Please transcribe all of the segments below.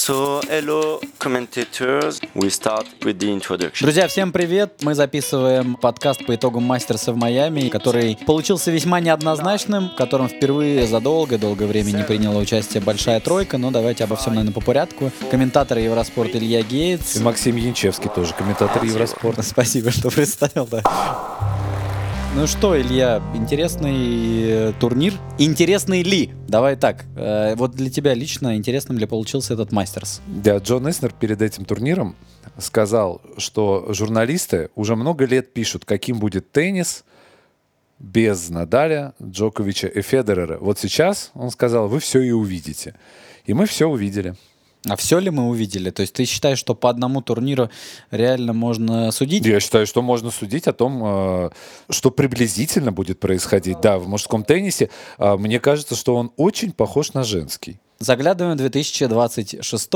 So, hello, commentators. We start with the introduction. Друзья, всем привет! Мы записываем подкаст по итогам Мастерса в Майами, который получился весьма неоднозначным, в котором впервые за долгое время не приняла участие большая тройка, но давайте обо всем, наверное, по порядку. Комментатор Евроспорт Илья Гейтс. И Максим Янчевский тоже комментатор Евроспорта. Спасибо, что представил, да. Ну что, Илья, интересный турнир? Интересный ли? Давай так, вот для тебя лично интересным ли получился этот Мастерс? Да, Джон Иснер перед этим турниром сказал, что журналисты уже много лет пишут, каким будет теннис без Надаля, Джоковича и Федерера. Вот сейчас, он сказал, вы все и увидите. И мы все увидели. А все ли мы увидели? То есть ты считаешь, что по одному турниру реально можно судить? Я считаю, что можно судить о том, что приблизительно будет происходить. Да, в мужском теннисе. Мне кажется, что он очень похож на женский. Заглядываем в 2026,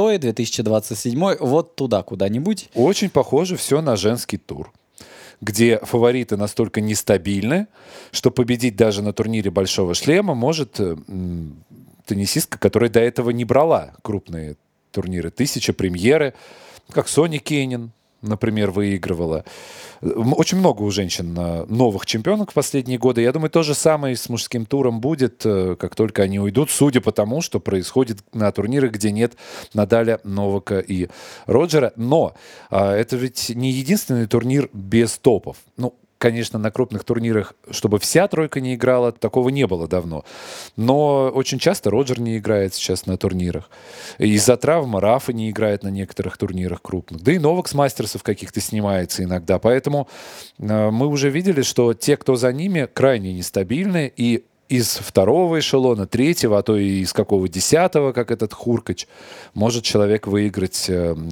2027, вот туда куда-нибудь. Очень похоже все на женский тур, где фавориты настолько нестабильны, что победить даже на турнире «Большого шлема» может теннисистка, которая до этого не брала крупные турниры. 1000 премьеры, как Сони Кенин, например, выигрывала. Очень много у женщин новых чемпионок в последние годы. Я думаю, то же самое с мужским туром будет, как только они уйдут, судя по тому, что происходит на турнирах, где нет Надаля, Новака и Роджера. Но это ведь не единственный турнир без топов. Ну, конечно, на крупных турнирах, чтобы вся тройка не играла, такого не было давно. Но очень часто Роджер не играет сейчас на турнирах. Из-за травмы Рафа не играет на некоторых турнирах крупных. Да и Новак с мастерсов каких-то снимается иногда. Поэтому мы уже видели, что те, кто за ними, крайне нестабильны. И из второго эшелона, третьего, а то и из какого 10-го, как этот Хуркач, может человек выиграть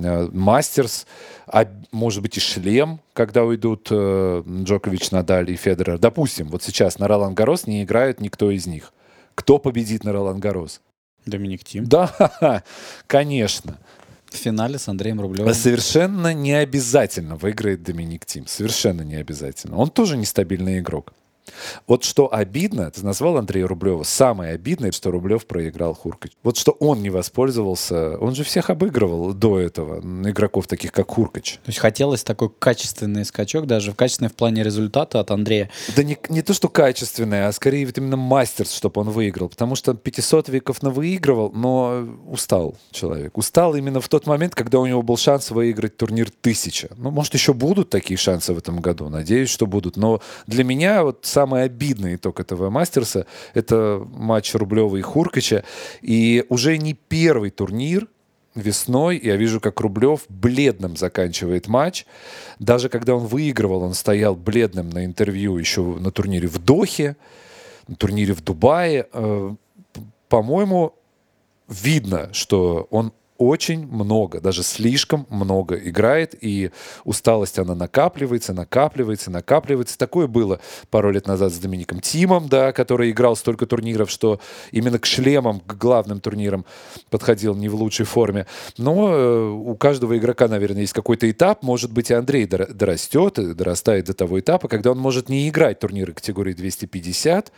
мастерс, а может быть и шлем, когда уйдут Джокович, Надаль и Федерер. Допустим, вот сейчас на Ролан-Гаррос не играет никто из них. Кто победит на Ролан-Гаррос? Доминик Тим. Да, конечно. В финале с Андреем Рублевым. Совершенно не обязательно выиграет Доминик Тим. Совершенно не обязательно. Он тоже нестабильный игрок. Вот что обидно, ты назвал Андрея Рублева, самое обидное, что Рублев проиграл Хуркач. Вот что он не воспользовался, он же всех обыгрывал до этого, игроков таких, как Хуркач. То есть хотелось такой качественный скачок, даже качественный в плане результата от Андрея. Да не то, что качественный, а скорее вот именно мастерс, чтобы он выиграл. Потому что 500-виков навыигрывал, но устал человек. Устал именно в тот момент, когда у него был шанс выиграть турнир 1000. Ну, может, еще будут такие шансы в этом году. Надеюсь, что будут. Но для меня вот самый обидный итог этого мастерса — это матч Рублева и Хуркача. И уже не первый турнир весной я вижу, как Рублев бледным заканчивает матч. Даже когда он выигрывал, он стоял бледным на интервью еще на турнире в Дохе, на турнире в Дубае. По-моему, видно, что он очень много, даже слишком много играет, и усталость, она накапливается. Такое было пару лет назад с Домиником Тимом, да, который играл столько турниров, что именно к шлемам, к главным турнирам подходил не в лучшей форме. Но у каждого игрока, наверное, есть какой-то этап. Может быть, и Андрей дорастает до того этапа, когда он может не играть турниры категории 250,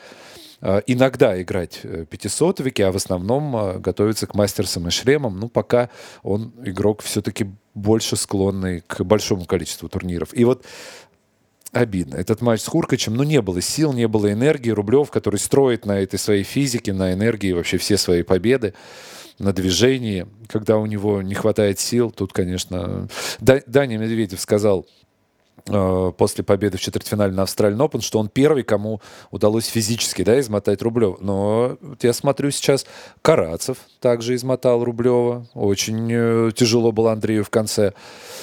иногда играть 500-вики, а в основном готовиться к мастерсам и шлемам. Ну, пока он игрок все-таки больше склонный к большому количеству турниров. И вот обидно. Этот матч с Хуркачем, не было сил, не было энергии. Рублев, который строит на этой своей физике, на энергии вообще все свои победы, на движении, когда у него не хватает сил, тут, конечно... Даня Медведев сказал после победы в четвертьфинале на Australian Open, что он первый, кому удалось физически, измотать Рублева. Но я смотрю сейчас, Карацев также измотал Рублева. Очень тяжело было Андрею в конце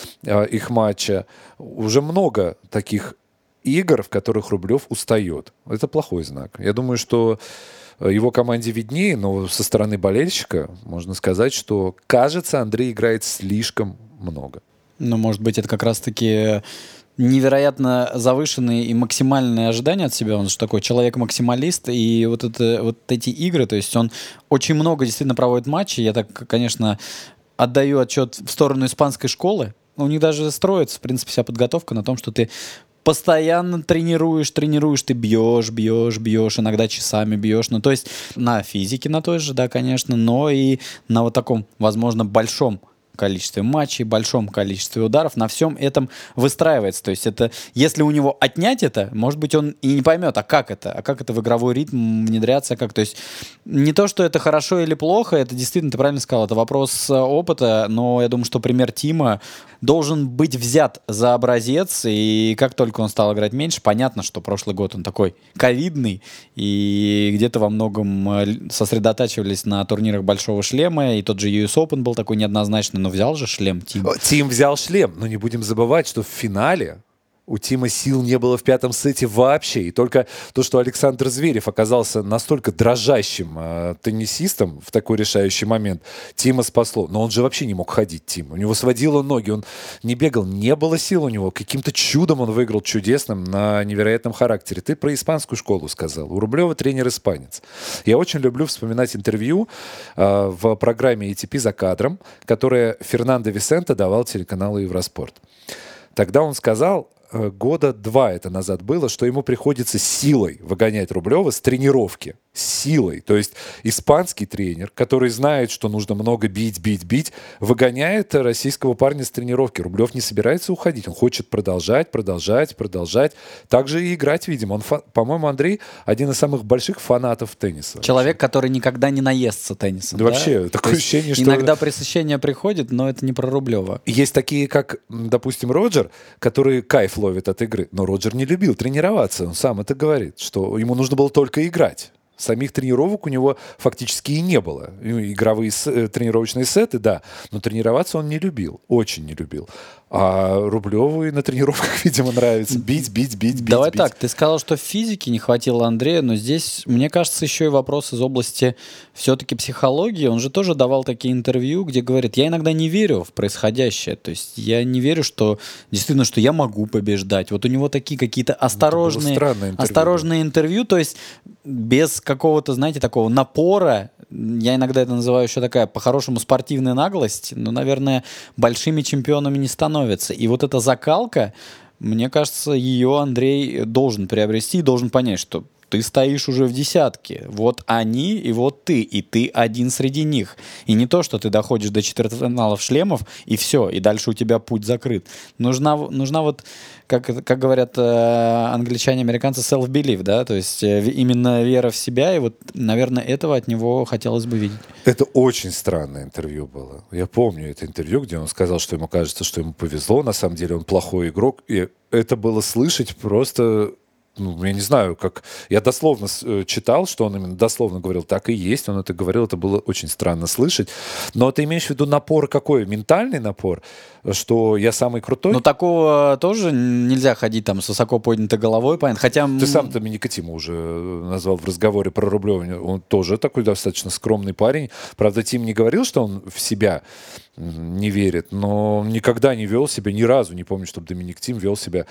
их матча. Уже много таких игр, в которых Рублев устает. Это плохой знак. Я думаю, что его команде виднее, но со стороны болельщика можно сказать, что, кажется, Андрей играет слишком много. Ну, может быть, это как раз-таки невероятно завышенные и максимальные ожидания от себя. Он же такой человек-максималист. И вот эти игры, то есть он очень много действительно проводит матчей. Я так, конечно, отдаю отчет в сторону испанской школы. У них даже строится, в принципе, вся подготовка на том, что ты постоянно тренируешь, ты бьешь, иногда часами бьешь. Ну, то есть на физике на той же, да, конечно, но и на вот таком, возможно, большом количестве матчей, большом количестве ударов, на всем этом выстраивается. То есть это, если у него отнять это, может быть, он и не поймет, а как это в игровой ритм внедряться, как. То есть не то, что это хорошо или плохо, это действительно, ты правильно сказал, это вопрос опыта, но я думаю, что пример Тима должен быть взят за образец, и как только он стал играть меньше, понятно, что прошлый год он такой ковидный, и где-то во многом сосредотачивались на турнирах Большого Шлема, и тот же US Open был такой неоднозначный, но взял же шлем Тим. Тим взял шлем, но не будем забывать, что в финале у Тима сил не было в пятом сете вообще. И только то, что Александр Зверев оказался настолько дрожащим теннисистом в такой решающий момент, Тима спасло. Но он же вообще не мог ходить, Тим. У него сводило ноги, он не бегал, не было сил у него. Каким-то чудом он выиграл чудесным на невероятном характере. Ты про испанскую школу сказал. У Рублева тренер испанец. Я очень люблю вспоминать интервью в программе ATP «За кадром», которое Фернандо Висенте давал телеканалу Евроспорт. Тогда он сказал, года 2 это назад было, что ему приходится силой выгонять Рублева с тренировки. Силой. То есть испанский тренер, который знает, что нужно много бить, выгоняет российского парня с тренировки. Рублев не собирается уходить. Он хочет продолжать. Также и играть, видимо. Он, по-моему, Андрей один из самых больших фанатов тенниса. Человек, который никогда не наестся теннисом. Да, вообще, такое ощущение, что... Иногда пресыщение приходит, но это не про Рублева. Есть такие, как, допустим, Роджер, который кайф ловит от игры. Но Роджер не любил тренироваться. Он сам это говорит, что ему нужно было только играть. Самих тренировок у него фактически и не было. Игровые тренировочные сеты, да, но тренироваться он не любил, очень не любил. А Рублеву и на тренировках, видимо, нравится бить. Давай так, ты сказал, что в физике не хватило Андрея, но здесь, мне кажется, еще и вопрос из области все-таки психологии. Он же тоже давал такие интервью, где говорит, я иногда не верю в происходящее. То есть я не верю, что действительно, что я могу побеждать. Вот у него такие какие-то осторожные интервью, то есть без какого-то, знаете, такого напора. Я иногда это называю еще такая, по-хорошему, спортивная наглость. Но, наверное, большими чемпионами не становятся. И вот эта закалка, мне кажется, ее Андрей должен приобрести и должен понять, что ты стоишь уже в десятке. Вот они и вот ты. И ты один среди них. И не то, что ты доходишь до четвертьфиналов шлемов, и все, и дальше у тебя путь закрыт. Нужна вот, как говорят англичане, американцы, self-belief, да, то есть именно вера в себя, и вот, наверное, этого от него хотелось бы видеть. Это очень странное интервью было. Я помню это интервью, где он сказал, что ему кажется, что ему повезло, на самом деле он плохой игрок, и это было слышать просто... Ну, я не знаю, как... Я дословно читал, что он именно дословно говорил, так и есть, он это говорил, это было очень странно слышать. Но ты имеешь в виду напор какой? Ментальный напор? Что я самый крутой? Ну, такого тоже нельзя ходить там с высоко поднятой головой, понятно. Хотя... Ты сам Доминика Тима уже назвал в разговоре про Рублева. Он тоже такой достаточно скромный парень. Правда, Тим не говорил, что он в себя не верит, но он никогда не вел себя, ни разу не помню, чтобы Доминик Тим вел себя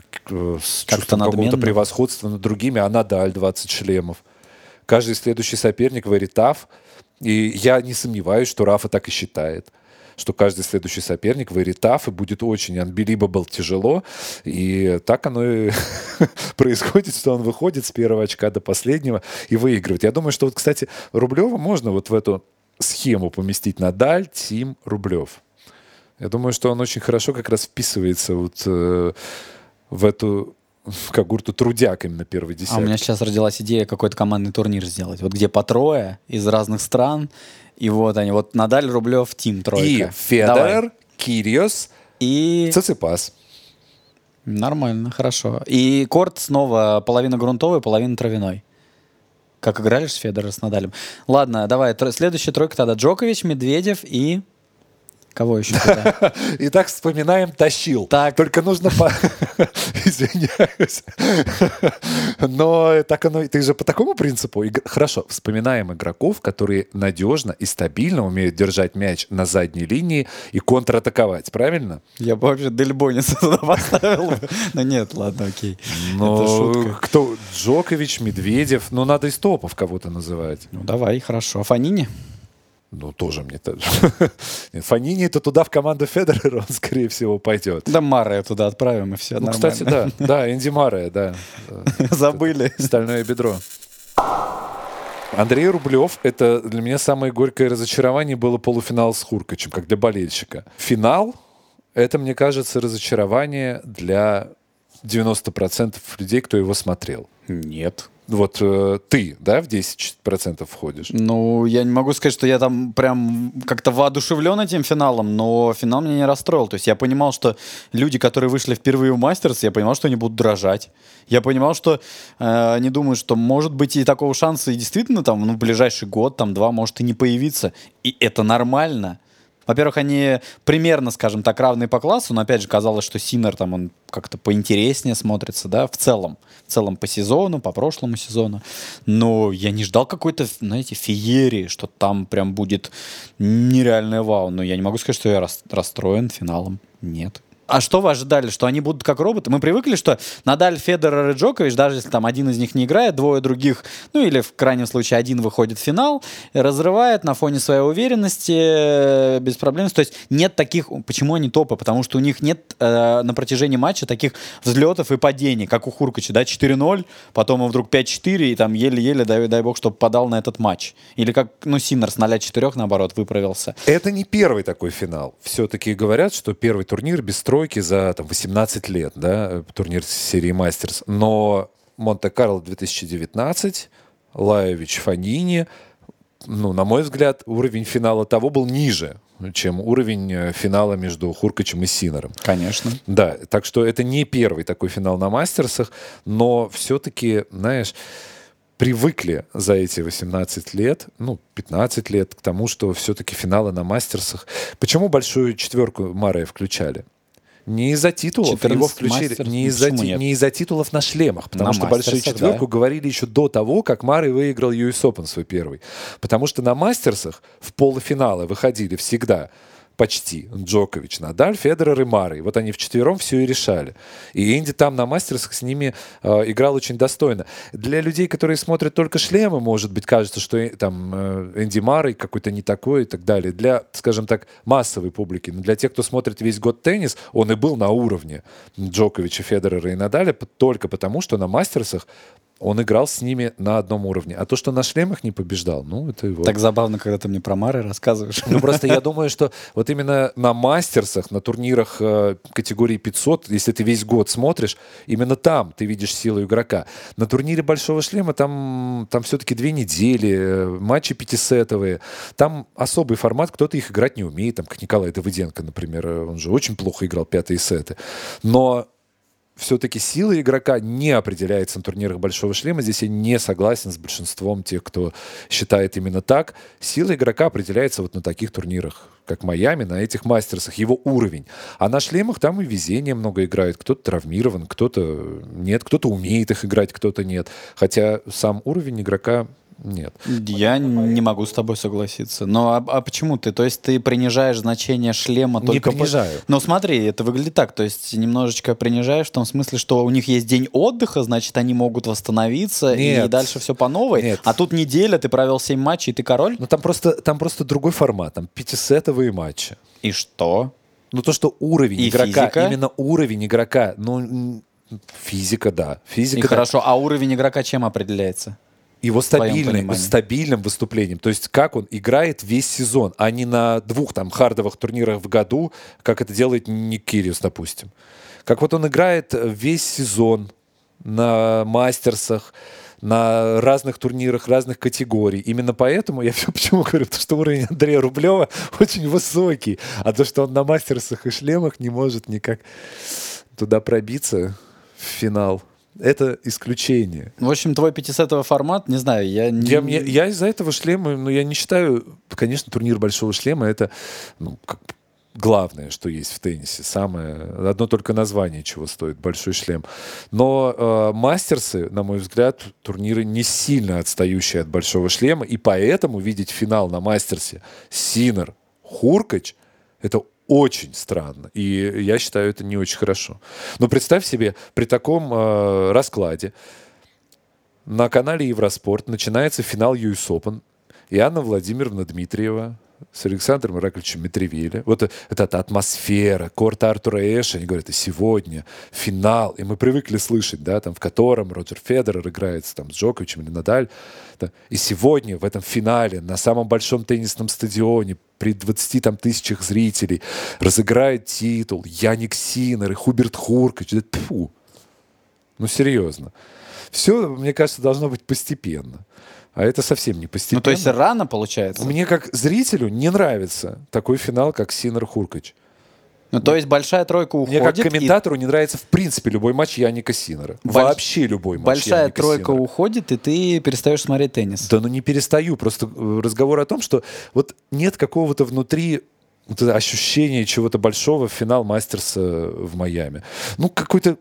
с чувством какого-то превосходства над другими, а Надаль 20 шлемов. Каждый следующий соперник very tough, и я не сомневаюсь, что Рафа так и считает, что каждый следующий соперник very tough, и будет очень unbelievable тяжело, и так оно и происходит, что он выходит с первого очка до последнего и выигрывает. Я думаю, что вот, кстати, Рублева можно вот в эту схему поместить: Надаль, Тим, Рублев. Я думаю, что он очень хорошо как раз вписывается вот в эту когорту трудяг именно первой десятки. А у меня сейчас родилась идея какой-то командный турнир сделать, вот где по трое из разных стран, и вот они, вот Надаль, Рублев, Тим, тройка. И Федерер, Кириос и Циципас. Нормально, хорошо. И корт снова половина грунтовый, половина травяной. Как играли с Федерером, с Надалем. Ладно, давай, следующая тройка тогда. Джокович, Медведев и... Кого еще туда? Итак, вспоминаем «Тащил». Так. Только нужно... Извиняюсь. Но так оно... Ты же по такому принципу... Хорошо, вспоминаем игроков, которые надежно и стабильно умеют держать мяч на задней линии и контратаковать, правильно? Я бы вообще Дель Бониса туда поставил. Но нет, ладно, окей. Это шутка. Кто? Джокович, Медведев. Ну, надо из топов кого-то называть. Ну, давай, хорошо. Фанини? Ну, тоже мне так же. Нет, Фонини это туда в команду Федерера, он, скорее всего, пойдет. Да Маррея туда отправим, и все Ну, нормально. кстати, да, Энди Маррея, да. Забыли. Стальное бедро. Андрей Рублев — это для меня самое горькое разочарование было полуфинал с Хуркачем, как для болельщика. Финал — это, мне кажется, разочарование для 90% людей, кто его смотрел. Нет. Вот ты, да, в 10% входишь? Ну, я не могу сказать, что я там прям как-то воодушевлен этим финалом, но финал меня не расстроил. То есть я понимал, что люди, которые вышли впервые в Мастерс, я понимал, что они будут дрожать. Я понимал, что они думают, что может быть и такого шанса и действительно там, в ближайший год, там, два, может и не появиться. И это нормально. Во-первых, они примерно, скажем так, равные по классу, но опять же казалось, что Синер там он как-то поинтереснее смотрится, да, в целом по сезону, по прошлому сезону. Но я не ждал какой-то, знаете, феерии, что там прям будет нереальное вау. Но я не могу сказать, что я расстроен финалом. Нет. А что вы ожидали? Что они будут как роботы? Мы привыкли, что Надаль, Федерер и Джокович, даже если там один из них не играет, двое других, ну или в крайнем случае один выходит в финал, разрывает на фоне своей уверенности без проблем. То есть нет таких... Почему они топы? Потому что у них нет на протяжении матча таких взлетов и падений, как у Хуркача, да, 4-0, потом он вдруг 5-4, и там еле-еле, дай бог, чтобы подал на этот матч. Или как, Синнер с 0-4, наоборот, выправился. Это не первый такой финал. Все-таки говорят, что первый турнир без тройки за 18 лет, да, турнир серии Мастерс. Но Монте-Карло 2019, Лаевич, Фонини, на мой взгляд, уровень финала того был ниже, чем уровень финала между Хуркачем и Синером. Конечно. Да, так что это не первый такой финал на Мастерсах, но все-таки, знаешь, привыкли за эти 18 лет, 15 лет к тому, что все-таки финалы на Мастерсах. Почему большую четверку Маррея включали? Не из-за титулов, его включили, не из-за титулов на шлемах, потому что большую четверку говорили еще до того, как Маррей выиграл US Open свой первый. Потому что на Мастерсах в полуфиналы выходили всегда почти Джокович, Надаль, Федерер и Маррей. Вот они вчетвером все и решали. И Энди там на Мастерсах с ними играл очень достойно. Для людей, которые смотрят только шлемы, может быть, кажется, что там Энди Маррей какой-то не такой и так далее. Для, скажем так, массовой публики. Но для тех, кто смотрит весь год теннис, он и был на уровне Джоковича, Федерера и Надаля только потому, что на Мастерсах он играл с ними на одном уровне. А то, что на шлемах не побеждал, это его... Так забавно, когда ты мне про Маррея рассказываешь. Просто я думаю, что вот именно на мастерсах, на турнирах категории 500, если ты весь год смотришь, именно там ты видишь силу игрока. На турнире Большого шлема там все-таки 2 недели, матчи пятисетовые. Там особый формат, кто-то их играть не умеет, там, как Николай Давыденко, например, он же очень плохо играл пятые сеты. Но все-таки сила игрока не определяется на турнирах Большого шлема. Здесь я не согласен с большинством тех, кто считает именно так. Сила игрока определяется вот на таких турнирах, как Майами, на этих мастерсах, его уровень. А на шлемах там и везение много играет. Кто-то травмирован, кто-то нет, кто-то умеет их играть, кто-то нет. Хотя сам уровень игрока... Нет. Я не могу с тобой согласиться. Но а почему ты? То есть ты принижаешь значение шлема только... Не принижаю. Но смотри, это выглядит так. То есть немножечко принижаешь в том смысле, что у них есть день отдыха, значит, они могут восстановиться, и дальше все по новой. Нет. А тут неделя, ты провел 7 матчей, и ты король? Там просто другой формат. Там пятисетовые матчи. И что? То, что уровень и игрока, физика? именно уровень игрока, физика, да. Физика, и да. хорошо, а уровень игрока чем определяется? Его стабильным выступлением. То есть как он играет весь сезон, а не на 2 хардовых турнирах в году, как это делает Ник Кириос, допустим. Как вот он играет весь сезон на мастерсах, на разных турнирах, разных категорий. Именно поэтому я почему говорю, что уровень Андрея Рублева очень высокий, а то, что он на мастерсах и шлемах не может никак туда пробиться в финал. Это исключение. В общем, твой пятисетовый формат, не знаю, я из-за этого шлема, я не считаю, конечно, турнир Большого шлема это главное, что есть в теннисе. Одно только название, чего стоит Большой шлем. Но мастерсы, на мой взгляд, турниры не сильно отстающие от Большого шлема, и поэтому видеть финал на мастерсе Синер, Хуркач, это очень странно. И я считаю, это не очень хорошо. Но представь себе, при таком раскладе на канале Евроспорт начинается финал US Open. и Анна Владимировна Дмитриева с Александром Ираклевичем Митревиле. Вот эта атмосфера, корт Артура Эша, они говорят, и сегодня финал, и мы привыкли слышать, да, там, в котором Роджер Федерер играет там, с Джоковичем или Надаль. Да, и сегодня в этом финале на самом большом теннисном стадионе при 20 там, тысячах зрителей разыграет титул Яник Синнер и Хуберт Хуркач. Да, тьфу. Ну, серьезно. Все, мне кажется, должно быть постепенно. А это совсем не постепенно. Ну, то есть рано, получается? Мне как зрителю не нравится такой финал, как Синнер-Хуркач. Ну, то есть большая тройка уходит. Мне как комментатору не нравится в принципе любой матч Яника Синнера. Вообще любой матч большая Яника тройка Синнера. уходит, и ты перестаешь смотреть теннис. Да, ну не перестаю. Просто разговор о том, что вот нет какого-то внутри вот это ощущения чего-то большого в финал Мастерса в Майами. Ну, какой-то...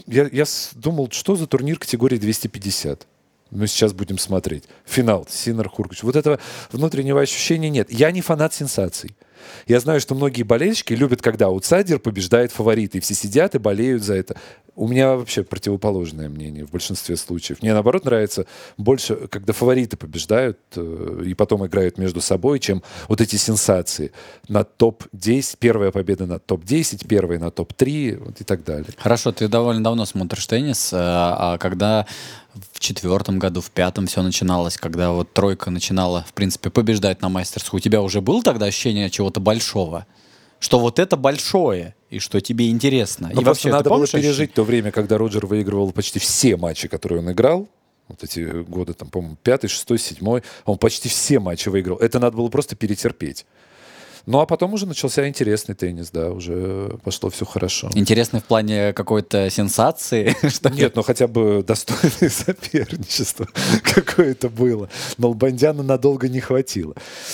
Я думал, что за турнир категории 250? Мы сейчас будем смотреть. Финал, Синнер-Хуркач. Вот этого внутреннего ощущения нет. Я не фанат сенсаций. Я знаю, что многие болельщики любят, когда аутсайдер побеждает фаворита, и все сидят и болеют за это. У меня вообще противоположное мнение в большинстве случаев. Мне, наоборот, нравится больше, когда фавориты побеждают и потом играют между собой, чем вот эти сенсации на топ-10, первая победа на топ-10, первая на топ-3 вот и так далее. Хорошо, ты довольно давно смотришь теннис, а когда в 2004 году, в 2005 все начиналось, когда вот тройка начинала, в принципе, побеждать на мастерскую, у тебя уже было тогда ощущение чего-то большого? Что вот это большое, и что тебе интересно? Но И просто вообще, надо ты было помнишь пережить то время, когда Роджер выигрывал почти все матчи, которые он играл. Вот эти годы, там, по-моему, 5-й, 6-й, 7-й. Он почти все матчи выиграл. Это надо было просто перетерпеть. Ну, а потом уже начался интересный теннис, да, уже пошло все хорошо. Интересный в плане какой-то сенсации? Что Нет, ну хотя бы достойное соперничество какое-то было. Но Албандяна надолго не хватило.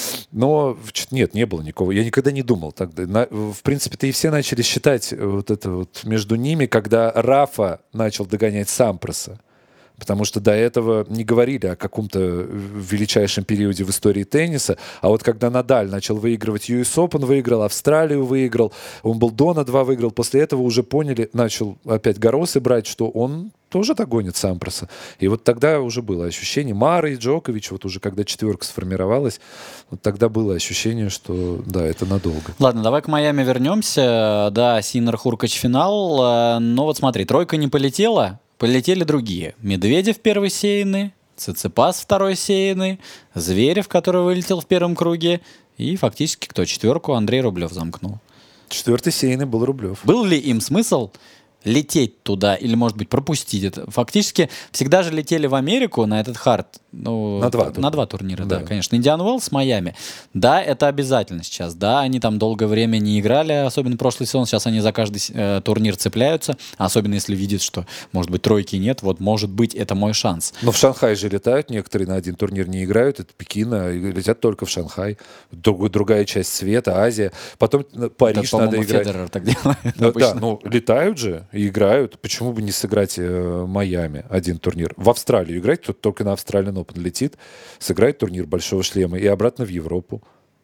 Но нет, не было никого. Я никогда не думал тогда. В принципе-то и все начали считать вот это вот между ними, когда Рафа начал догонять Сампроса. Потому что до этого не говорили о каком-то величайшем периоде в истории тенниса. А вот когда Надаль начал выигрывать US Open, выиграл, Австралию выиграл, он был Дона 2 выиграл, после этого уже поняли, начал опять Гаросы брать, что он тоже догонит Сампроса. И вот тогда уже было ощущение, Мара и Джокович, вот уже когда четверка сформировалась, вот тогда было ощущение, что да, это надолго. Ладно, давай к Майами вернемся. Да, Синнер-Хуркач финал. Но вот смотри, тройка не полетела. Полетели другие. Медведев первый сеянный, Циципас второй сеянный, Зверев, который вылетел в первом круге, и фактически кто? Четверку Андрей Рублев замкнул. Четвертый сеянный был Рублев. Был ли им смысл лететь туда или, может быть, пропустить это? Фактически всегда же летели в Америку на этот хард. Ну, на два турнира, да, конечно. Индиан Уэллс, Майами. Да, это обязательно сейчас. Да, они там долгое время не играли, особенно прошлый сезон. Сейчас они за каждый турнир цепляются. Особенно если видят, что, может быть, тройки нет. Вот, может быть, это мой шанс. Но в Шанхай же летают. Некоторые на один турнир не играют. Это Пекин, а летят только в Шанхай. Другая часть света, Азия. Потом Париж это, надо играть. Федерер так делает. Да, ну, летают же и играют. Почему бы не сыграть в Майами один турнир? В Австралию играть, тут только на Australian Open летит, сыграет турнир Большого шлема и обратно в Европу.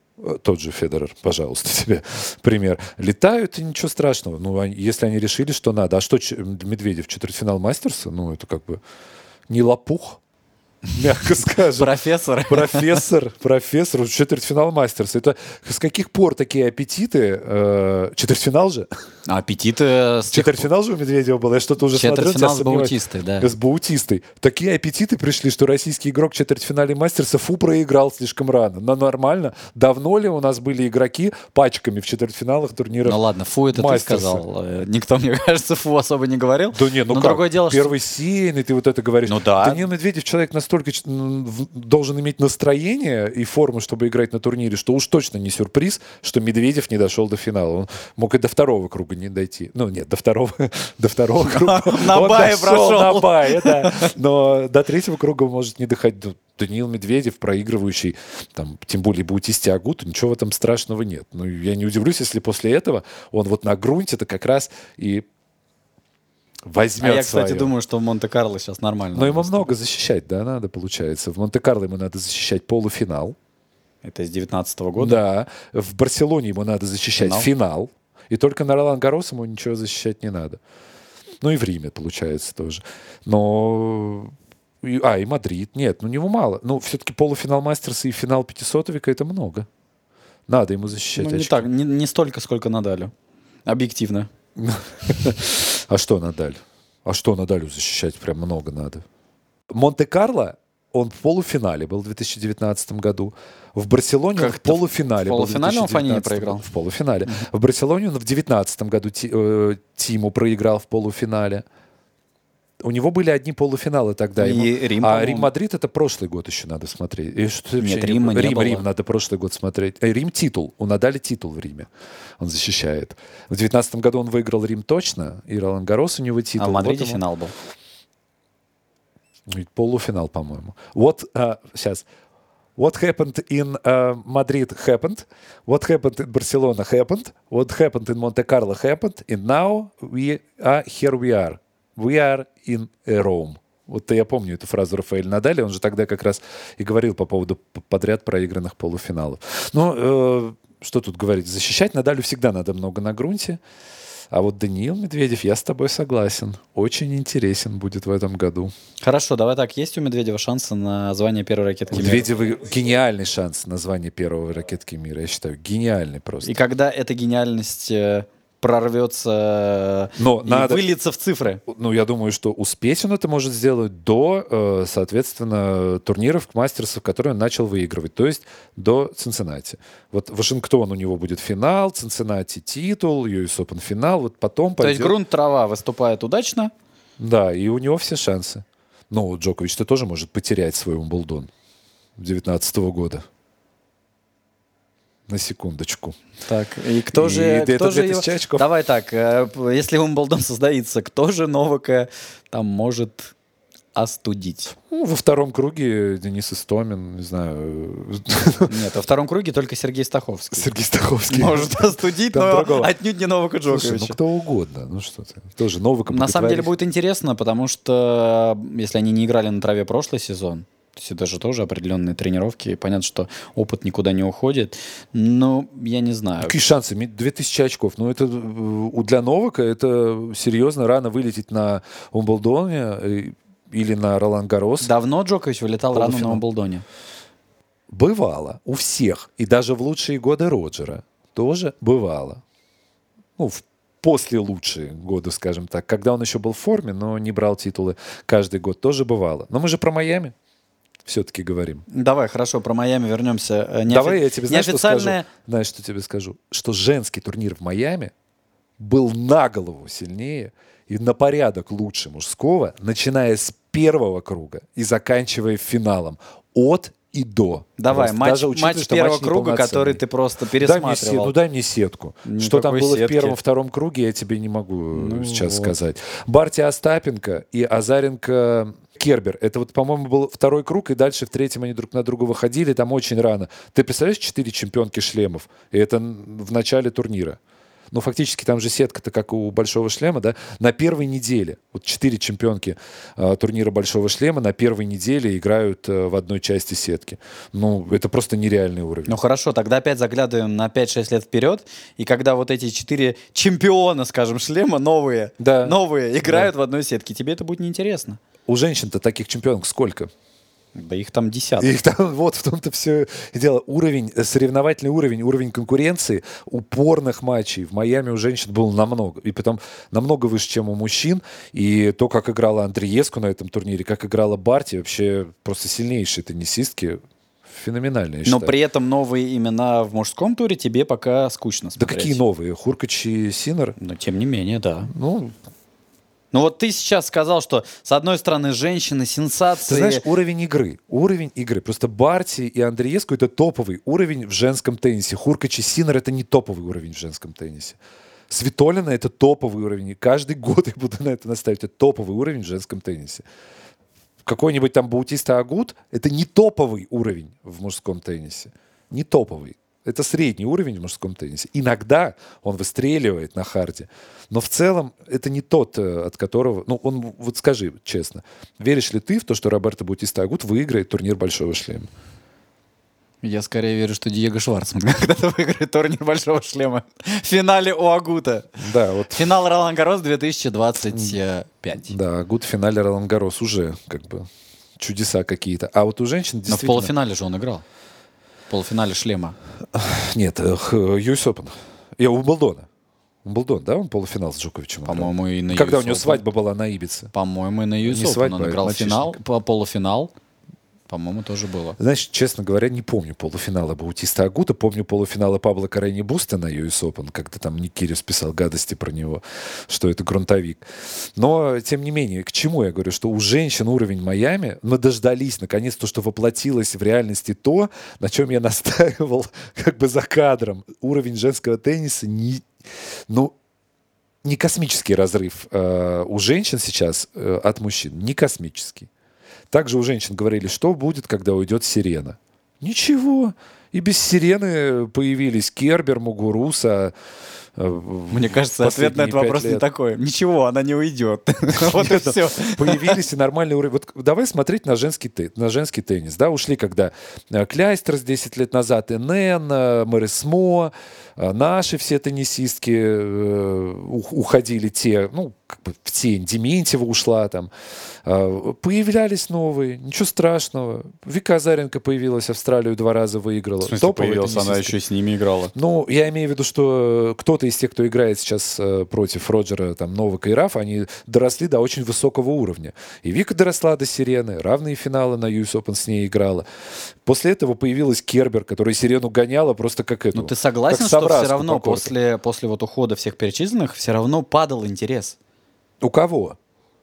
Тот же Федерер, пожалуйста, тебе пример. Летают, и ничего страшного. Ну, если они решили, что надо. А что Медведев, четвертьфинал Мастерса? Ну, это как бы не лопух, мягко скажем. Профессор. Профессор. Четвертьфинал Мастерса. Это с каких пор такие аппетиты? Четвертьфинал же? Аппетиты... Четвертьфинал же у Медведева был. Я что-то уже смотрел. Четвертьфинал с Баутистой, да. С Баутистой. Такие аппетиты пришли, что российский игрок в четвертьфинале Мастерса проиграл слишком рано. Но нормально. Давно ли у нас были игроки пачками в четвертьфиналах турниров? Ну ладно, это Мастерса? Ты сказал. Никто, мне кажется, особо не говорил. Да нет, ну но как? Другое дело, Первый сеянный, ты вот это говоришь. Ну да. Данил Медведев человек настолько должен иметь настроение и форму, чтобы играть на турнире, что уж точно не сюрприз, что Медведев не дошел до финала. Он мог и до второго круга не дойти. Ну нет, до второго круга. На бае прошел. На бае, да. Но до третьего круга может не доходить. Даниил Медведев, проигрывающий, там, тем более Баутисте Агуту, ничего в этом страшного нет. Ну, я не удивлюсь, если после этого он вот на грунте-то как раз и возьмет я, кстати, свое. думаю, что в Монте-Карло сейчас нормально. Но ему много защищать, да, надо, получается. В Монте-Карло ему надо защищать полуфинал. Это с 19-го года? Да. В Барселоне ему надо защищать финал. И только на Ролан-Гаррос ему ничего защищать не надо. Ну и в Риме, получается, тоже. Но И Мадрид. Нет, у него мало. Но все-таки полуфинал Мастерса и финал 500-вика — это много. Надо ему защищать Ну, не очки. так, не столько, сколько Надалю. Объективно. А что Надаль? А что Надалю защищать прям много надо? Монте-Карло, он в полуфинале был в 2019 году. В Барселоне он в полуфинале в был в полуфинале он Фанини 2019 проиграл? В полуфинале. В Барселоне он в 2019 году Тиму проиграл в полуфинале. У него были одни полуфиналы тогда. И Рим, по-моему. Рим-Мадрид — это прошлый год еще надо смотреть. И что вообще Нет, Рима не было. Рим надо прошлый год смотреть. Рим титул. У Надали титул в Риме. Он защищает. В 2019 году он выиграл Рим точно. И Ролан-Гаррос у него титул. А в Мадриде Вот ему- финал был. Полуфинал, по-моему. Сейчас. What happened in Madrid happened. What happened in Barcelona happened. What happened in Monte Carlo happened. And now we are. We are in Rome. Вот я помню эту фразу Рафаэля Надаля. Он же тогда как раз и говорил по поводу подряд проигранных полуфиналов. Но что тут говорить? Защищать Надалю всегда надо много на грунте. А вот Даниил Медведев, я с тобой согласен. Очень интересен будет в этом году. Хорошо, давай так. Есть у Медведева шансы на звание первой ракетки У мира? Медведева гениальный шанс на звание первой ракетки мира, я считаю. Гениальный просто. И когда эта гениальность прорвется Но и надо- выльется в цифры? Ну, я думаю, что успеть он это может сделать до, соответственно, турниров, мастерсов, которые он начал выигрывать, то есть до Цинциннати. Вот Вашингтон у него будет финал, Цинциннати титул, US Open финал, вот потом То есть пойдет... грунт-трава выступает удачно, Да, и у него все шансы. Ну, Джокович-то тоже может потерять свой Умблдон 2019 года. На секундочку. так, и кто И же... это кто же 2000 его- очков. Давай так, если Умблдон состоится, кто же Новака там может остудить? Ну, во втором круге Денис Истомин, не знаю, Нет, во втором круге только Сергей Стаховский. Сергей Стаховский. Может остудить, Там но другого. отнюдь не Новака Слушай, Джоковича. ну кто угодно, ну что ты. Тоже Новака На самом деле боготворишь. будет интересно, потому что если они не играли на траве прошлый сезон, то есть это же тоже определенные тренировки, и понятно, что опыт никуда не уходит, но я не знаю. Какие шансы? 2000 очков. Ну, это для Новака это серьезно рано вылететь на Умблдоне или на Ролан-Гаррос. Давно Джокович вылетал рано Полуфинал. на Умблдоне? Бывало. У всех. И даже в лучшие годы Роджера тоже бывало. Ну, после лучшие годы, скажем так. Когда он еще был в форме, но не брал титулы каждый год, тоже бывало. Но мы же про Майами все-таки говорим. Давай, хорошо, про Майами вернемся. Давай я тебе, знаешь, что скажу? неофициальная- Знаешь, что тебе скажу? Что женский турнир в Майами был на голову сильнее и на порядок лучше мужского, начиная с первого круга и заканчивая финалом. От и до. Давай, Просто матч, даже учитывая, матч что первого матч круга, неполноценный. который ты просто Дай мне, пересматривал. дай мне сетку. Никакой Что там было сетки. в первом-втором круге, я тебе не могу Ну сейчас вот. сказать. Барти Остапенко и Азаренко Кербер. Это вот, по-моему, был второй круг, и дальше в третьем они друг на друга выходили, там очень рано. Ты представляешь, 4 чемпионки шлемов? И это в начале турнира. Ну, фактически там же сетка-то, как у Большого шлема, да, на первой неделе. Вот 4 чемпионки турнира Большого шлема на первой неделе играют в одной части сетки. Ну, это просто нереальный уровень. Ну хорошо, тогда опять заглядываем на 5-6 лет вперед, и когда вот эти 4 чемпиона, скажем, шлема, новые, Да. новые играют в одной сетке, тебе это будет неинтересно. У женщин-то таких чемпионок сколько? Да их там десятки. Их там, вот в том-то все дело. Уровень, соревновательный уровень конкуренции, упорных матчей в Майами у женщин был намного. И потом намного выше, чем у мужчин. И то, как играла Андриеску на этом турнире, как играла Барти, вообще просто сильнейшие теннисистки. Феноменально, я Но считаю. при этом новые имена в мужском туре тебе пока скучно Да смотреть. какие новые? Хуркач и Синер? Но тем не менее, да. Ну, Ну вот ты сейчас сказал, что с одной стороны женщины, сенсации. ты знаешь, уровень игры. Просто Барти и Андриеску — это топовый уровень в женском теннисе. Хуркач и Синер — это не топовый уровень в женском теннисе. Свитолина — это топовый уровень. И каждый год я буду на это наставить. Это топовый уровень в женском теннисе. Какой-нибудь там Баутиста Агут — это не топовый уровень в мужском теннисе. Не топовый. Это средний уровень в мужском теннисе. Иногда он выстреливает на харде. Но в целом это не тот, от которого... Ну, он, вот скажи честно, веришь ли ты в то, что Роберто Баутиста Агут выиграет турнир Большого шлема? Я скорее верю, что Диего Шварцман когда-то выиграет турнир Большого шлема в финале у Агута. Да, вот. Финал Ролан Гаррос 2025. Да, Агут в финале Ролан-Гаррос уже как бы чудеса какие-то. А вот у женщин Но в действительно... полуфинале же он играл. В полуфинале шлема. Нет, US Open. Умблдона. Умблдон, да? Он полуфинал с Джоковичем играл? По-моему, и на Когда US у него Open. свадьба была на Ибице. По-моему, и на US Не Open свадьба, он а играл мальчишник. финал, полуфинал. По-моему, тоже было. Знаешь, честно говоря, не помню полуфинала Баутиста Агута. Помню полуфинала Пабло Каррени Буста на US Open, когда там Ник Кирис писал гадости про него, что это грунтовик. Но, тем не менее, к чему я говорю? Что у женщин уровень Майами, мы дождались, наконец-то, что воплотилось в реальности то, на чем я настаивал как бы за кадром. Уровень женского тенниса не космический разрыв у женщин сейчас от мужчин, не космический. Также у женщин говорили, что будет, когда уйдет Сирена. Ничего. И без Сирены появились Кербер, Мугуруса. Мне кажется, ответ на этот вопрос не такой. Ничего, она не уйдет. Вот и все. Появились и нормальные уровни. Вот давай смотреть на женский теннис. Да, ушли когда Кляйстерс 10 лет назад, НН, Морисмо, наши все теннисистки уходили те, как бы в тень. Дементьева ушла там. Появлялись новые, ничего страшного. Вика Азаренко появилась, Австралию 2 раза выиграла. В смысле, Топовая появилась, она теннисистка. еще с ними играла. Ну, я имею в виду, что кто-то из тех, кто играет сейчас против Роджера, там, Новака и Рафа, они доросли до очень высокого уровня. И Вика доросла до Сирены, равные финалы на US Open с ней играла. После этого появилась Кербер, которая Сирену гоняла просто как эту. Ну, ты согласен, как что собраску все равно по корту. после вот ухода всех перечисленных все равно падал интерес? У кого?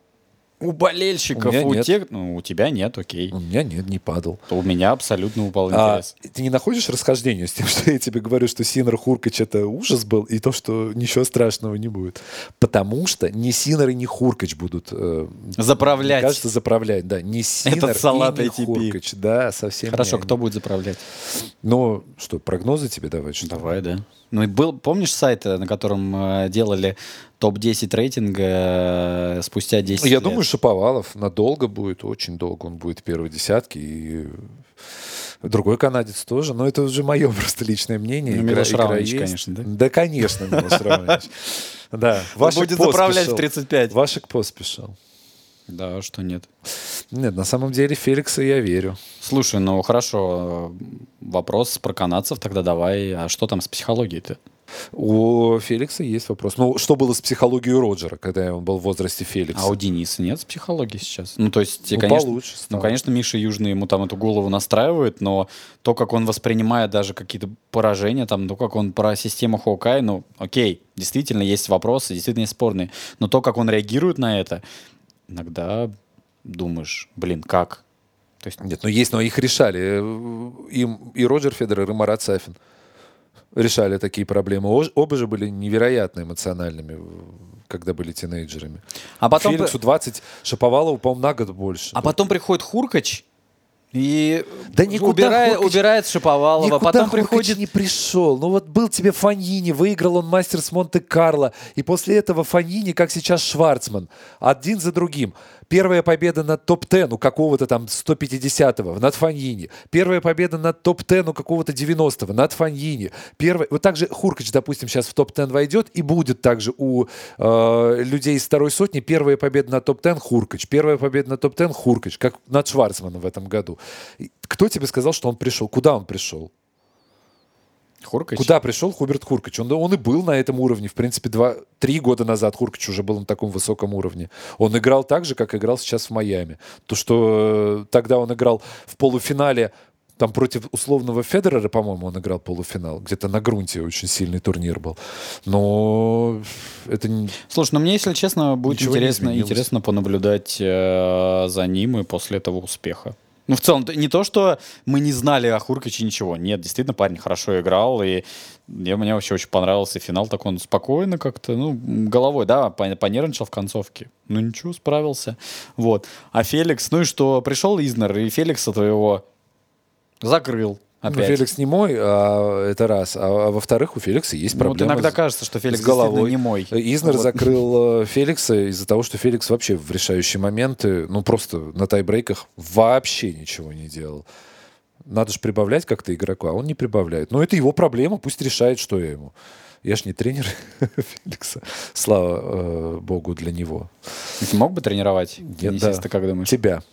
У болельщиков, У меня у нет. тех... Ну, у тебя нет, окей. У меня нет, не падал. У меня абсолютно упал интерес. Ты не находишь расхождения с тем, что я тебе говорю, что Синер Хуркач это ужас был, и то, что ничего страшного не будет? Потому что ни Синер и ни Хуркач будут Заправлять. мне кажется, заправлять, да. Не Синер Этот салат и не ATP. Хуркач. Да, совсем Хорошо, не кто они. будет заправлять? Ну, что, прогнозы тебе давать? Что? Давай, да. Ну, и был, помнишь сайт, на котором делали топ-10 рейтинга спустя 10 Я лет? думаю, Шаповалов надолго будет, очень долго он будет в первой десятке. И другой канадец тоже. Но это уже мое просто личное мнение. Ну, Милош Равнович, конечно, да? Да, конечно, Милош Равнович. Да. Он будет заправлять в 35. Вашек поспешил. Да, что нет. Нет, на самом деле Феликса я верю. Слушай, ну хорошо, вопрос про канадцев тогда давай. А что там с психологией-то? У Феликса есть вопрос. Ну, что было с психологией Роджера, когда он был в возрасте Феликса? А у Дениса нет психологии сейчас? Ну, то есть, Ну, конечно, получше стало. ну, конечно, Миша Южный ему там эту голову настраивает, но то, как он воспринимает даже какие-то поражения, там, то, как он про систему Хоукай, ну, окей, действительно есть вопросы, действительно есть спорные, но то, как он реагирует на это, иногда думаешь, блин, как? То есть, Нет, но их решали. Им и Роджер Федерер, и Марат Сафин решали такие проблемы. Оба же были невероятно эмоциональными, когда были тинейджерами. А потом Феликсу 20, Шаповалову, по-моему, на год больше. А потом приходит Хуркач и Да никуда Хуркач- убирает Шаповалова, Никуда потом Хуркач приходит... не пришел. Ну вот был тебе Фонини, выиграл он Мастерс Монте-Карло, и после этого Фонини, как сейчас Шварцман, один за другим. Первая победа над топ-10 у какого-то там 150-го над Фонини. Первая победа над топ-10 у какого-то 90-го над Фонини. Вот так же Хуркач, допустим, сейчас в топ-10 войдет, и будет также у людей из второй сотни первая победа на топ-10 Хуркач. Первая победа на топ-10 Хуркач, как над Шварцманом в этом году. Кто тебе сказал, что он пришел? Куда он пришел? Хуркач? Куда пришел Хуберт Хуркач? Он и был на этом уровне. В принципе, 3 года назад Хуркач уже был на таком высоком уровне. Он играл так же, как играл сейчас в Майами. То, что тогда он играл в полуфинале там против условного Федерера, по-моему, он играл полуфинал. Где-то на грунте очень сильный турнир был. Но это не... Слушай, ну мне, если честно, будет Ничего не изменилось. интересно понаблюдать за ним и после этого успеха. Ну, в целом, не то, что мы не знали о Хуркаче ничего. Нет, действительно, парень хорошо играл, и мне вообще очень понравился финал. Так он спокойно как-то, ну, головой, да, понервничал в концовке. Ну, ничего, справился. Вот. А Феликс, ну и что? Пришел Изнер, и Феликса твоего закрыл Ну, опять. Феликс не мой, это раз. А во-вторых, у Феликса есть Ну, вот проблемы. иногда кажется, что Феликс с головой. действительно не мой. Изнер Вот. закрыл Феликса из-за того, что Феликс вообще в решающие моменты, ну просто на тайбрейках вообще ничего не делал. Надо же прибавлять как-то игроку, а он не прибавляет. Но это его проблема, пусть решает, что я ему. Я ж не тренер Феликса. Слава богу для него. Ты мог бы тренировать? Нет, Денис, да. если ты как думаешь? Тебя.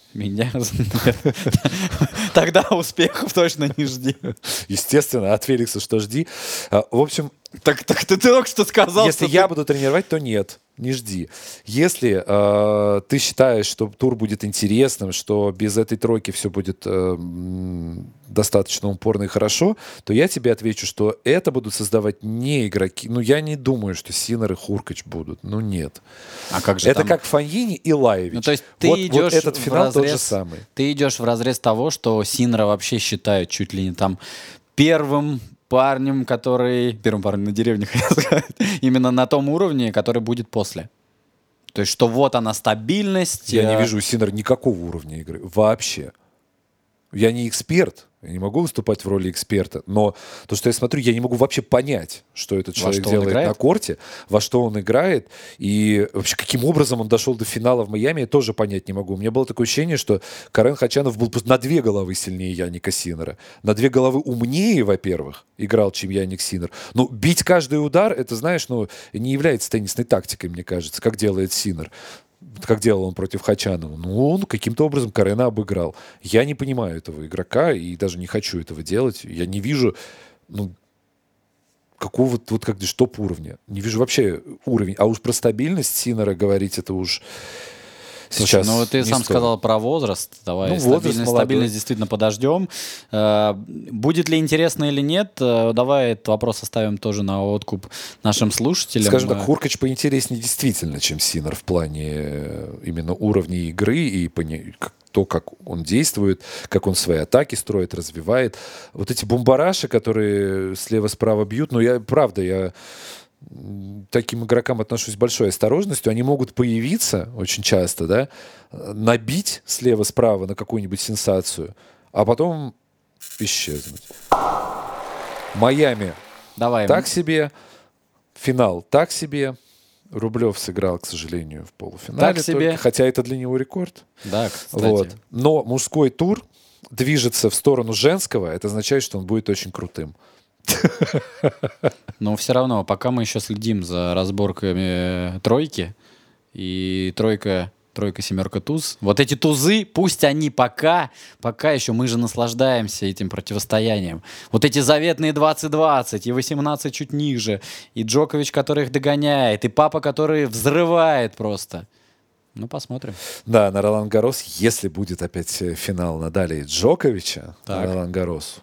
Меня? Нет. Тогда успехов точно не жди. Естественно, от Феликса что жди. В общем, Так ты только что сказал, если что я ты- буду тренировать, то нет, не жди. Если ты считаешь, что тур будет интересным, что без этой тройки все будет достаточно упорно и хорошо, то я тебе отвечу, что это будут создавать не игроки. Ну, я не думаю, что Синер и Хуркач будут. Ну, нет. А как же Это там? как Фаньини и Лаевич. Ну, то есть ты вот идешь этот в финал тот же разрез- самый. Ты идешь в разрез того, что Синера вообще считают чуть ли не там первым парнем, который... Первым парнем на деревне, хотел сказать. Именно на том уровне, который будет после. То есть, что вот она стабильность. Я не вижу у Синера никакого уровня игры. Вообще. Я не эксперт. Я не могу выступать в роли эксперта. Но то, что я смотрю, я не могу вообще понять, что этот человек что он делает играет? на корте, во что он играет. И вообще, каким образом он дошел до финала в Майами, я тоже понять не могу. У меня было такое ощущение, что Карен Хачанов был просто на 2 головы сильнее Яника Синера. На 2 головы умнее, во-первых, играл, чем Яник Синер. Но бить каждый удар, это, знаешь, не является теннисной тактикой, мне кажется, как делает Синер. Как делал он против Хачанова. Ну, он каким-то образом Карена обыграл. Я не понимаю этого игрока и даже не хочу этого делать. Я не вижу какого-то вот как топ-уровня. Не вижу вообще уровень. А уж про стабильность Синера говорить, это уж Слушай, сейчас ну ты не сам стоит. сказал про возраст. Давай, Ну, возраст молодой. стабильность действительно подождем. Будет ли интересно или нет, давай этот вопрос оставим тоже на откуп нашим слушателям. Скажем так, Хуркач поинтереснее действительно, чем Синер в плане именно уровня игры и то, как он действует, как он свои атаки строит, развивает. Вот эти бомбараши, которые слева-справа бьют, я таким игрокам отношусь с большой осторожностью. Они могут появиться очень часто, да, набить слева-справа на какую-нибудь сенсацию, а потом исчезнуть. Майами Давай. так себе, финал так себе. Рублев сыграл, к сожалению, в полуфинале. Так себе. Только, хотя это для него рекорд. Да, кстати. Вот. Но мужской тур движется в сторону женского. Это означает, что он будет очень крутым. Но все равно, пока мы еще следим за разборками тройки, и тройка, семерка, туз. Вот эти тузы, пусть они пока еще мы же наслаждаемся этим противостоянием. Вот эти заветные 20-20, и 18 чуть ниже, и Джокович, который их догоняет, и папа, который взрывает просто. Ну, посмотрим. Да, на Ролан-Гаррос, если будет опять финал Надаля и Джоковича, Так. на Ролан-Гаррос,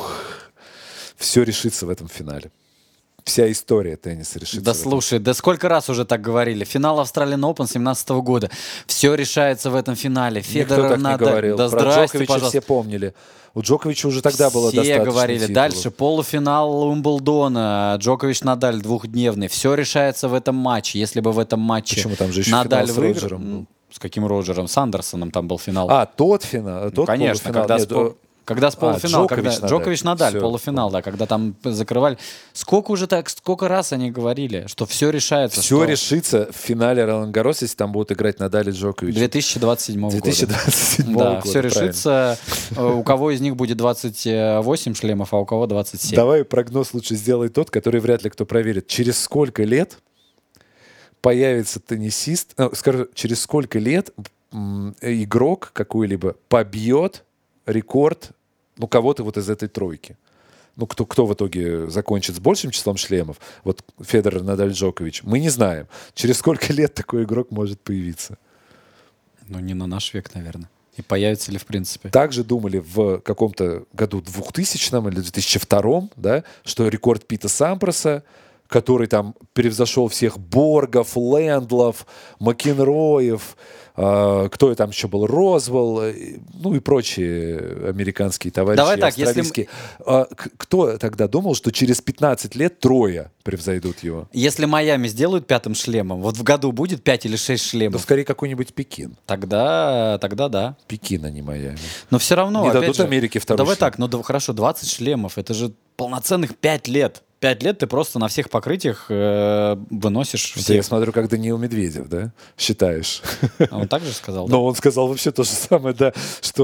все решится в этом финале. Вся история тенниса решится. Да в этом. слушай, да сколько раз уже так говорили. Финал Australian Open 17 года. Все решается в этом финале. Никто Федерер так не надо... говорил. Да Про здрасте, Джоковича пожалуйста. все помнили. У Джоковича уже тогда было Все достаточно говорили. титулов. Дальше полуфинал Умблдона. Джокович, Надаль двухдневный. Все решается в этом матче. Если бы в этом матче Почему? Там же еще Надаль финал с выиграл... Роджером был. С каким Роджером? С Андерсоном там был финал. Тот финал, тот Конечно, полуфинал. когда с полуфинала, Джокович-Надаль. Джокович-Надаль, Всё, полуфинал, да, когда там закрывали. Сколько раз они говорили, что все решается. Все что решится в финале Ролан-Гаррос, если там будут играть Надаль и Джокович. 2027 года. 2027 Да, года. все правильно. решится. У кого из них будет 28 шлемов, а у кого 27. Давай прогноз лучше сделай тот, который вряд ли кто проверит. Через сколько лет появится теннисист, скажу, через сколько лет игрок какой-либо побьет рекорд кого-то вот из этой тройки? Кто в итоге закончит с большим числом шлемов? Вот Федерер, Надаль, Джокович. Мы не знаем. Через сколько лет такой игрок может появиться? Ну, не на наш век, наверное. И появится ли в принципе. Также думали в каком-то году 2000 или 2002, да, что рекорд Пита Сампроса, который там превзошел всех Боргов, Лэндлов, Макенроев, кто там еще был, Розвелл, и прочие американские товарищи, Давай так, если австралийские. Кто тогда думал, что через 15 лет трое превзойдут его? Если Майами сделают пятым шлемом, вот в году будет 5 или 6 Ну, шлемов, скорее, какой-нибудь Пекин. тогда да. Пекин, а не Майами. Но все равно, Не опять дадут же, Америке второй давай шлем. так, хорошо, 20 шлемов, это же полноценных 5 лет. 5 лет ты просто на всех покрытиях выносишь Это я всех. смотрю, как Даниил Медведев, да? Считаешь? А он так же сказал, да? Но он сказал вообще то же самое, да,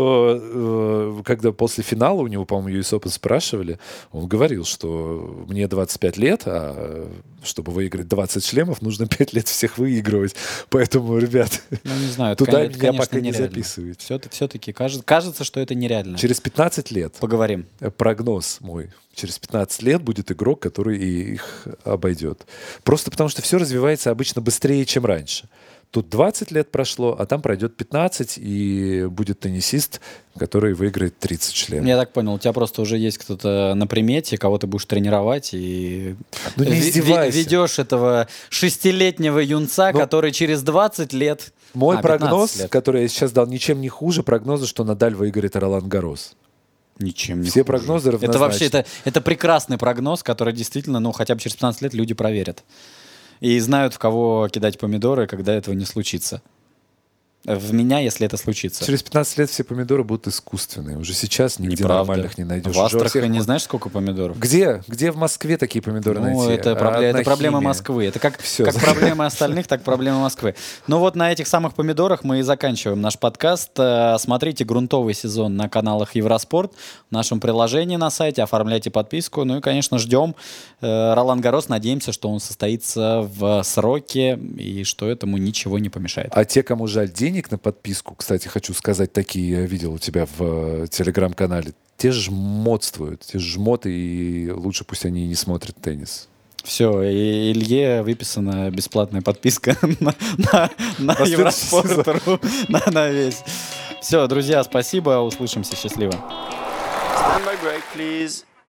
что когда после финала у него, по-моему, US Open спрашивали, он говорил, что мне 25 лет, а Чтобы выиграть 20 шлемов, нужно 5 лет всех выигрывать. Поэтому, ребят, Ну, не знаю, это, туда это, меня конечно, пока не нереально. записывайте. Все-таки кажется, что это нереально. Через 15 лет, Поговорим. прогноз мой, через 15 лет будет игрок, который их обойдет. Просто потому, что все развивается обычно быстрее, чем раньше. Тут 20 лет прошло, а там пройдет 15, и будет теннисист, который выиграет 30 шлемов. Я так понял, у тебя просто уже есть кто-то на примете, кого ты будешь тренировать, и Ну не издевайся. ведешь этого 6-летнего юнца, Ну, который через 20 лет... Мой 15 прогноз, лет. который я сейчас дал, ничем не хуже прогноза, что Надаль выиграет Ролан-Гаррос. Ничем не Все хуже. прогнозы Это вообще равнозначны. это прекрасный прогноз, который действительно, ну, хотя бы через 15 лет люди проверят. И знают, в кого кидать помидоры, когда этого не случится. В меня, если это случится. Через 15 лет все помидоры будут искусственные. Уже сейчас нигде Неправда. нормальных не найдешь. В Уже во Астрахани всех- знаешь, сколько помидоров? Где? Где в Москве такие помидоры Ну, найти? это Одна проблема химия. Москвы. Это как Всё. проблемы остальных, так проблема Москвы. Ну вот на этих самых помидорах мы и заканчиваем наш подкаст. Смотрите грунтовый сезон на каналах Евроспорт, в нашем приложении на сайте, оформляйте подписку. Ну и, конечно, ждем Ролан-Гаррос. Надеемся, что он состоится в сроке и что этому ничего не помешает. А те, кому жаль денег на подписку, кстати, хочу сказать, такие я видел у тебя в телеграм-канале, те жмотствуют, те жмоты, и лучше пусть они и не смотрят теннис. Все, и Илье выписана бесплатная подписка на следующий Евроспорт.ру на весь. Все, друзья, спасибо, услышимся, счастливо. Stand by break, please.